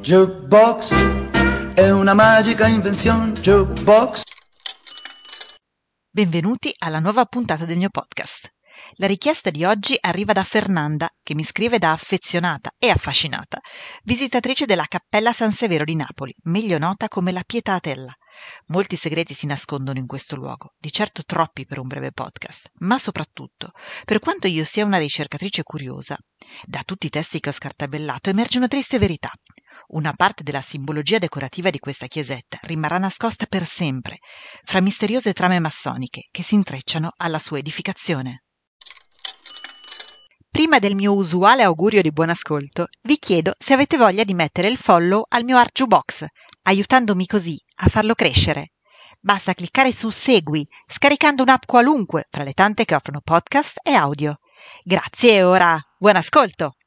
Jukebox è una magica invenzione. Jukebox. Benvenuti alla nuova puntata del mio podcast. La richiesta di oggi arriva da Fernanda, che mi scrive da affezionata e affascinata visitatrice della Cappella San Severo di Napoli, meglio nota come la Pietatella. Molti segreti si nascondono in questo luogo, di certo troppi per un breve podcast, ma soprattutto, per quanto io sia una ricercatrice curiosa, da tutti i testi che ho scartabellato emerge una triste verità. Una parte della simbologia decorativa di questa chiesetta rimarrà nascosta per sempre fra misteriose trame massoniche che si intrecciano alla sua edificazione. Prima del mio usuale augurio di buon ascolto, vi chiedo se avete voglia di mettere il follow al mio Art Jukebox, aiutandomi così a farlo crescere. Basta cliccare su Segui, scaricando un'app qualunque fra le tante che offrono podcast e audio. Grazie e ora buon ascolto!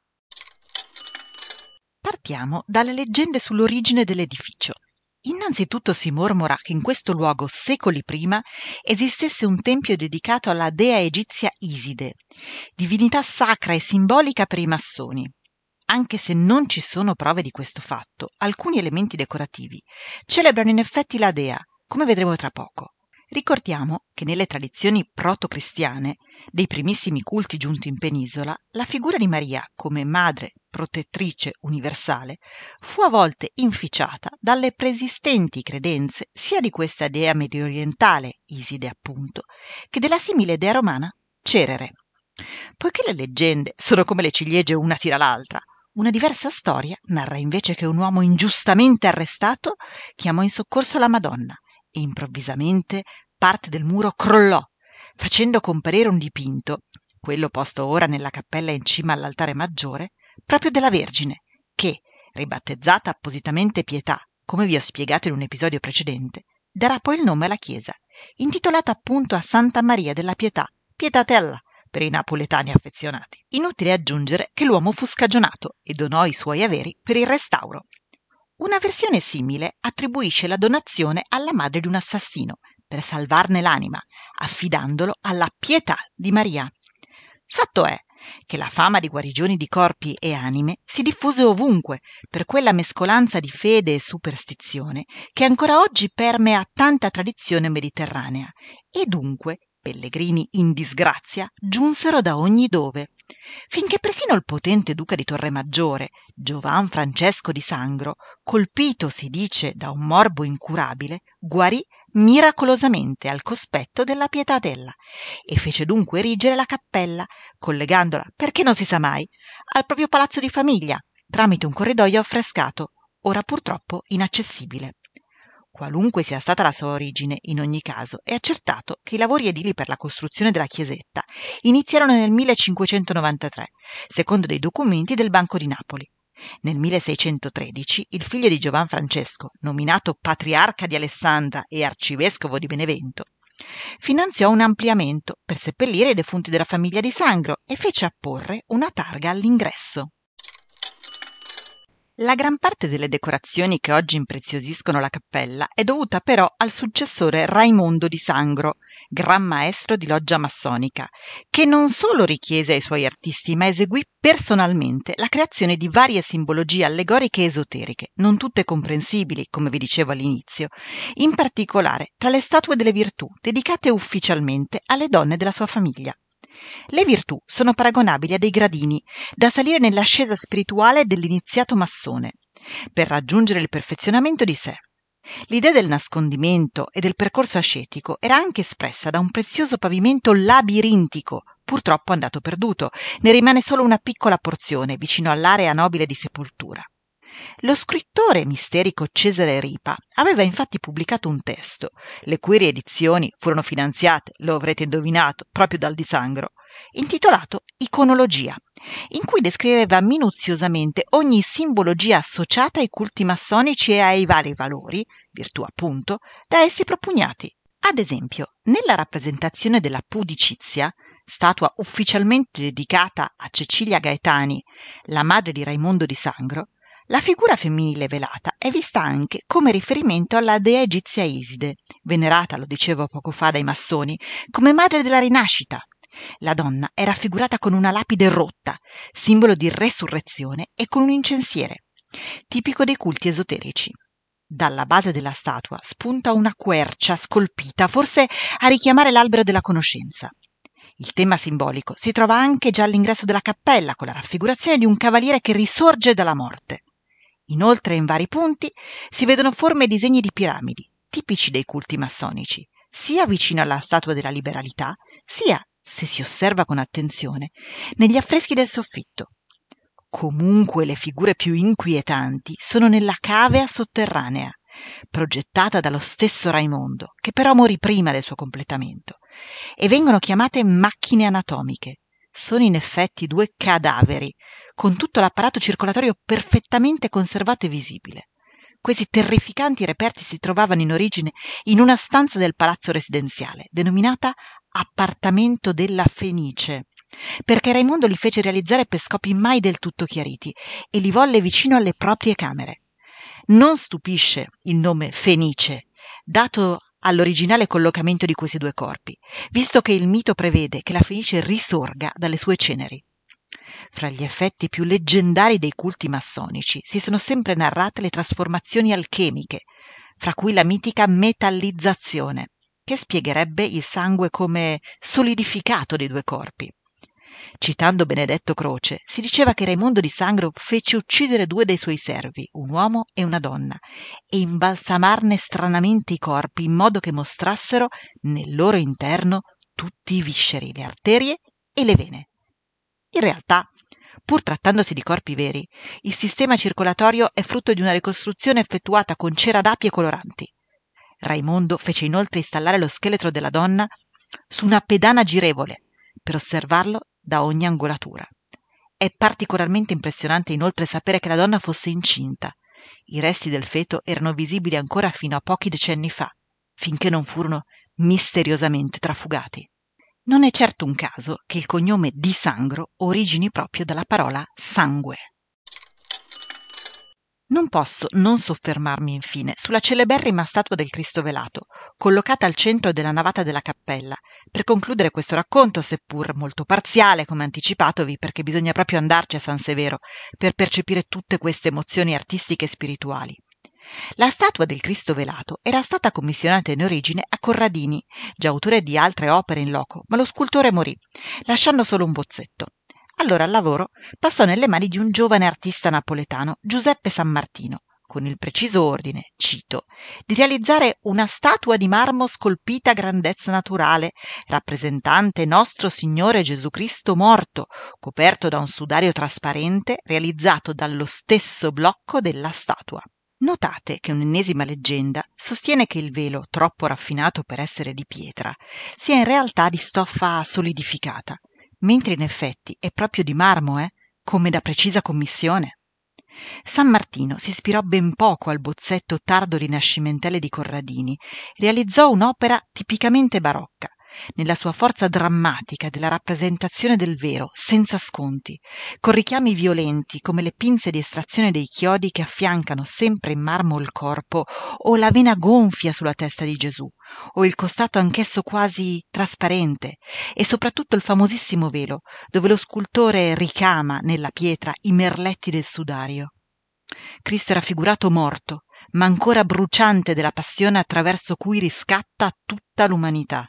Partiamo dalle leggende sull'origine dell'edificio. Innanzitutto si mormora che in questo luogo, secoli prima, esistesse un tempio dedicato alla dea egizia Iside, divinità sacra e simbolica per i massoni. Anche se non ci sono prove di questo fatto, alcuni elementi decorativi celebrano in effetti la dea, come vedremo tra poco. Ricordiamo che nelle tradizioni proto-cristiane, dei primissimi culti giunti in penisola, la figura di Maria come madre protettrice universale fu a volte inficiata dalle preesistenti credenze sia di questa dea mediorientale, Iside appunto, che della simile dea romana, Cerere. Poiché le leggende sono come le ciliegie una tira l'altra, una diversa storia narra invece che un uomo ingiustamente arrestato chiamò in soccorso la Madonna e improvvisamente parte del muro crollò, facendo comparire un dipinto, quello posto ora nella cappella in cima all'altare maggiore, proprio della Vergine, che, ribattezzata appositamente Pietà, come vi ho spiegato in un episodio precedente, darà poi il nome alla chiesa, intitolata appunto a Santa Maria della Pietà, Pietatella, per i napoletani affezionati. Inutile aggiungere che l'uomo fu scagionato e donò i suoi averi per il restauro. Una versione simile attribuisce la donazione alla madre di un assassino per salvarne l'anima, affidandolo alla pietà di Maria. Fatto è che la fama di guarigioni di corpi e anime si diffuse ovunque per quella mescolanza di fede e superstizione che ancora oggi permea tanta tradizione mediterranea e dunque pellegrini in disgrazia giunsero da ogni dove, finché persino il potente duca di Torremaggiore, Giovan Francesco di Sangro, colpito, si dice, da un morbo incurabile, guarì miracolosamente al cospetto della Pietatella e fece dunque erigere la cappella, collegandola, perché non si sa mai, al proprio palazzo di famiglia, tramite un corridoio affrescato, ora purtroppo inaccessibile. Qualunque sia stata la sua origine, in ogni caso è accertato che i lavori edili per la costruzione della chiesetta iniziarono nel 1593, secondo dei documenti del Banco di Napoli. Nel 1613 il figlio di Giovan Francesco, nominato patriarca di Alessandra e arcivescovo di Benevento, finanziò un ampliamento per seppellire i defunti della famiglia di Sangro e fece apporre una targa all'ingresso. La gran parte delle decorazioni che oggi impreziosiscono la cappella è dovuta però al successore Raimondo di Sangro, gran maestro di loggia massonica, che non solo richiese ai suoi artisti ma eseguì personalmente la creazione di varie simbologie allegoriche e esoteriche, non tutte comprensibili, come vi dicevo all'inizio, in particolare tra le statue delle virtù dedicate ufficialmente alle donne della sua famiglia. Le virtù sono paragonabili a dei gradini da salire nell'ascesa spirituale dell'iniziato massone per raggiungere il perfezionamento di sé. L'idea del nascondimento e del percorso ascetico era anche espressa da un prezioso pavimento labirintico, purtroppo andato perduto. Ne rimane solo una piccola porzione vicino all'area nobile di sepoltura. Lo scrittore misterico Cesare Ripa aveva infatti pubblicato un testo, le cui riedizioni furono finanziate, lo avrete indovinato, proprio dal Di Sangro, intitolato Iconologia, in cui descriveva minuziosamente ogni simbologia associata ai culti massonici e ai vari valori, virtù appunto, da essi propugnati. Ad esempio, nella rappresentazione della Pudicizia, statua ufficialmente dedicata a Cecilia Gaetani, la madre di Raimondo di Sangro, la figura femminile velata è vista anche come riferimento alla dea egizia Iside, venerata, lo dicevo poco fa, dai massoni, come madre della rinascita. La donna è raffigurata con una lapide rotta, simbolo di resurrezione, e con un incensiere. tipico dei culti esoterici. Dalla base della statua spunta una quercia scolpita, forse a richiamare l'albero della conoscenza. Il tema simbolico si trova anche già all'ingresso della cappella, con la raffigurazione di un cavaliere che risorge dalla morte. Inoltre, in vari punti si vedono forme e disegni di piramidi, tipici dei culti massonici, sia vicino alla Statua della Liberalità, sia, se si osserva con attenzione, negli affreschi del soffitto. Comunque le figure più inquietanti sono nella cavea sotterranea, progettata dallo stesso Raimondo, che però morì prima del suo completamento, e vengono chiamate macchine anatomiche. Sono in effetti 2 cadaveri, con tutto l'apparato circolatorio perfettamente conservato e visibile. Questi terrificanti reperti si trovavano in origine in una stanza del palazzo residenziale, denominata Appartamento della Fenice, perché Raimondo li fece realizzare per scopi mai del tutto chiariti e li volle vicino alle proprie camere. Non stupisce il nome Fenice, dato all'originale collocamento di questi 2 corpi, visto che il mito prevede che la Fenice risorga dalle sue ceneri. Fra gli effetti più leggendari dei culti massonici si sono sempre narrate le trasformazioni alchemiche, fra cui la mitica metallizzazione, che spiegherebbe il sangue come solidificato dei 2 corpi. Citando Benedetto Croce, si diceva che Raimondo di Sangro fece uccidere 2 dei suoi servi, un uomo e una donna, e imbalsamarne stranamente i corpi in modo che mostrassero nel loro interno tutti i visceri, le arterie e le vene. In realtà, pur trattandosi di corpi veri, il sistema circolatorio è frutto di una ricostruzione effettuata con cera d'api e coloranti. Raimondo fece inoltre installare lo scheletro della donna su una pedana girevole per osservarlo da ogni angolatura. È particolarmente impressionante inoltre sapere che la donna fosse incinta. I resti del feto erano visibili ancora fino a pochi decenni fa, finché non furono misteriosamente trafugati. Non è certo un caso che il cognome Di Sangro origini proprio dalla parola sangue. Non posso non soffermarmi infine sulla celeberrima statua del Cristo velato, collocata al centro della navata della cappella, per concludere questo racconto, seppur molto parziale, come anticipatovi, perché bisogna proprio andarci a San Severo per percepire tutte queste emozioni artistiche e spirituali. La statua del Cristo velato era stata commissionata in origine a Corradini, già autore di altre opere in loco, ma lo scultore morì, lasciando solo un bozzetto. Allora il lavoro passò nelle mani di un giovane artista napoletano, Giuseppe Sammartino, con il preciso ordine, cito, di realizzare una statua di marmo scolpita a grandezza naturale, rappresentante nostro Signore Gesù Cristo morto, coperto da un sudario trasparente realizzato dallo stesso blocco della statua. Notate che un'ennesima leggenda sostiene che il velo, troppo raffinato per essere di pietra, sia in realtà di stoffa solidificata, mentre in effetti è proprio di marmo, come da precisa commissione. Sammartino si ispirò ben poco al bozzetto tardo rinascimentale di Corradini, realizzò un'opera tipicamente barocca, nella sua forza drammatica della rappresentazione del vero, senza sconti, con richiami violenti come le pinze di estrazione dei chiodi che affiancano sempre in marmo il corpo, o la vena gonfia sulla testa di Gesù, o il costato anch'esso quasi trasparente, e soprattutto il famosissimo velo, dove lo scultore ricama nella pietra i merletti del sudario. Cristo era figurato morto, ma ancora bruciante della passione attraverso cui riscatta tutta l'umanità.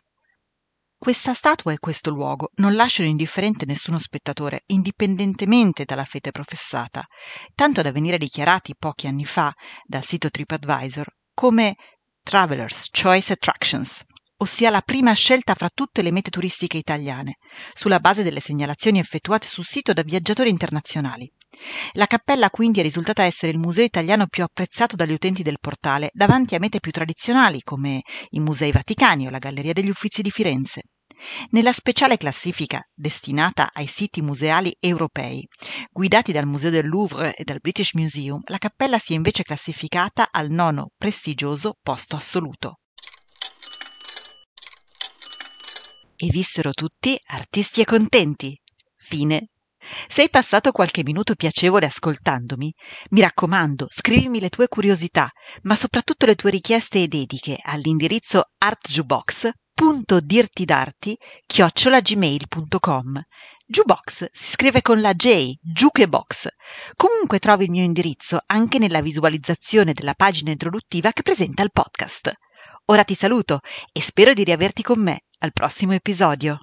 Questa statua e questo luogo non lasciano indifferente nessuno spettatore, indipendentemente dalla fede professata, tanto da venire dichiarati pochi anni fa dal sito TripAdvisor come Travelers' Choice Attractions, ossia la prima scelta fra tutte le mete turistiche italiane, sulla base delle segnalazioni effettuate sul sito da viaggiatori internazionali. La cappella quindi è risultata essere il museo italiano più apprezzato dagli utenti del portale, davanti a mete più tradizionali come i Musei Vaticani o la Galleria degli Uffizi di Firenze. Nella speciale classifica destinata ai siti museali europei, guidati dal Museo del Louvre e dal British Museum, la cappella si è invece classificata al 9° prestigioso posto assoluto. E vissero tutti artisti e contenti. Fine. Se hai passato qualche minuto piacevole ascoltandomi, mi raccomando, scrivimi le tue curiosità, ma soprattutto le tue richieste e dediche all'indirizzo artjukebox.dirtidarti@gmail.com. Jukebox si scrive con la J, Jukebox. Comunque trovi il mio indirizzo anche nella visualizzazione della pagina introduttiva che presenta il podcast. Ora ti saluto e spero di riaverti con me al prossimo episodio.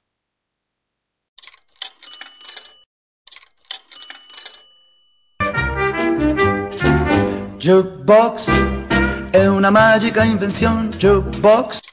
Jukebox è una magica invenzione. Jukebox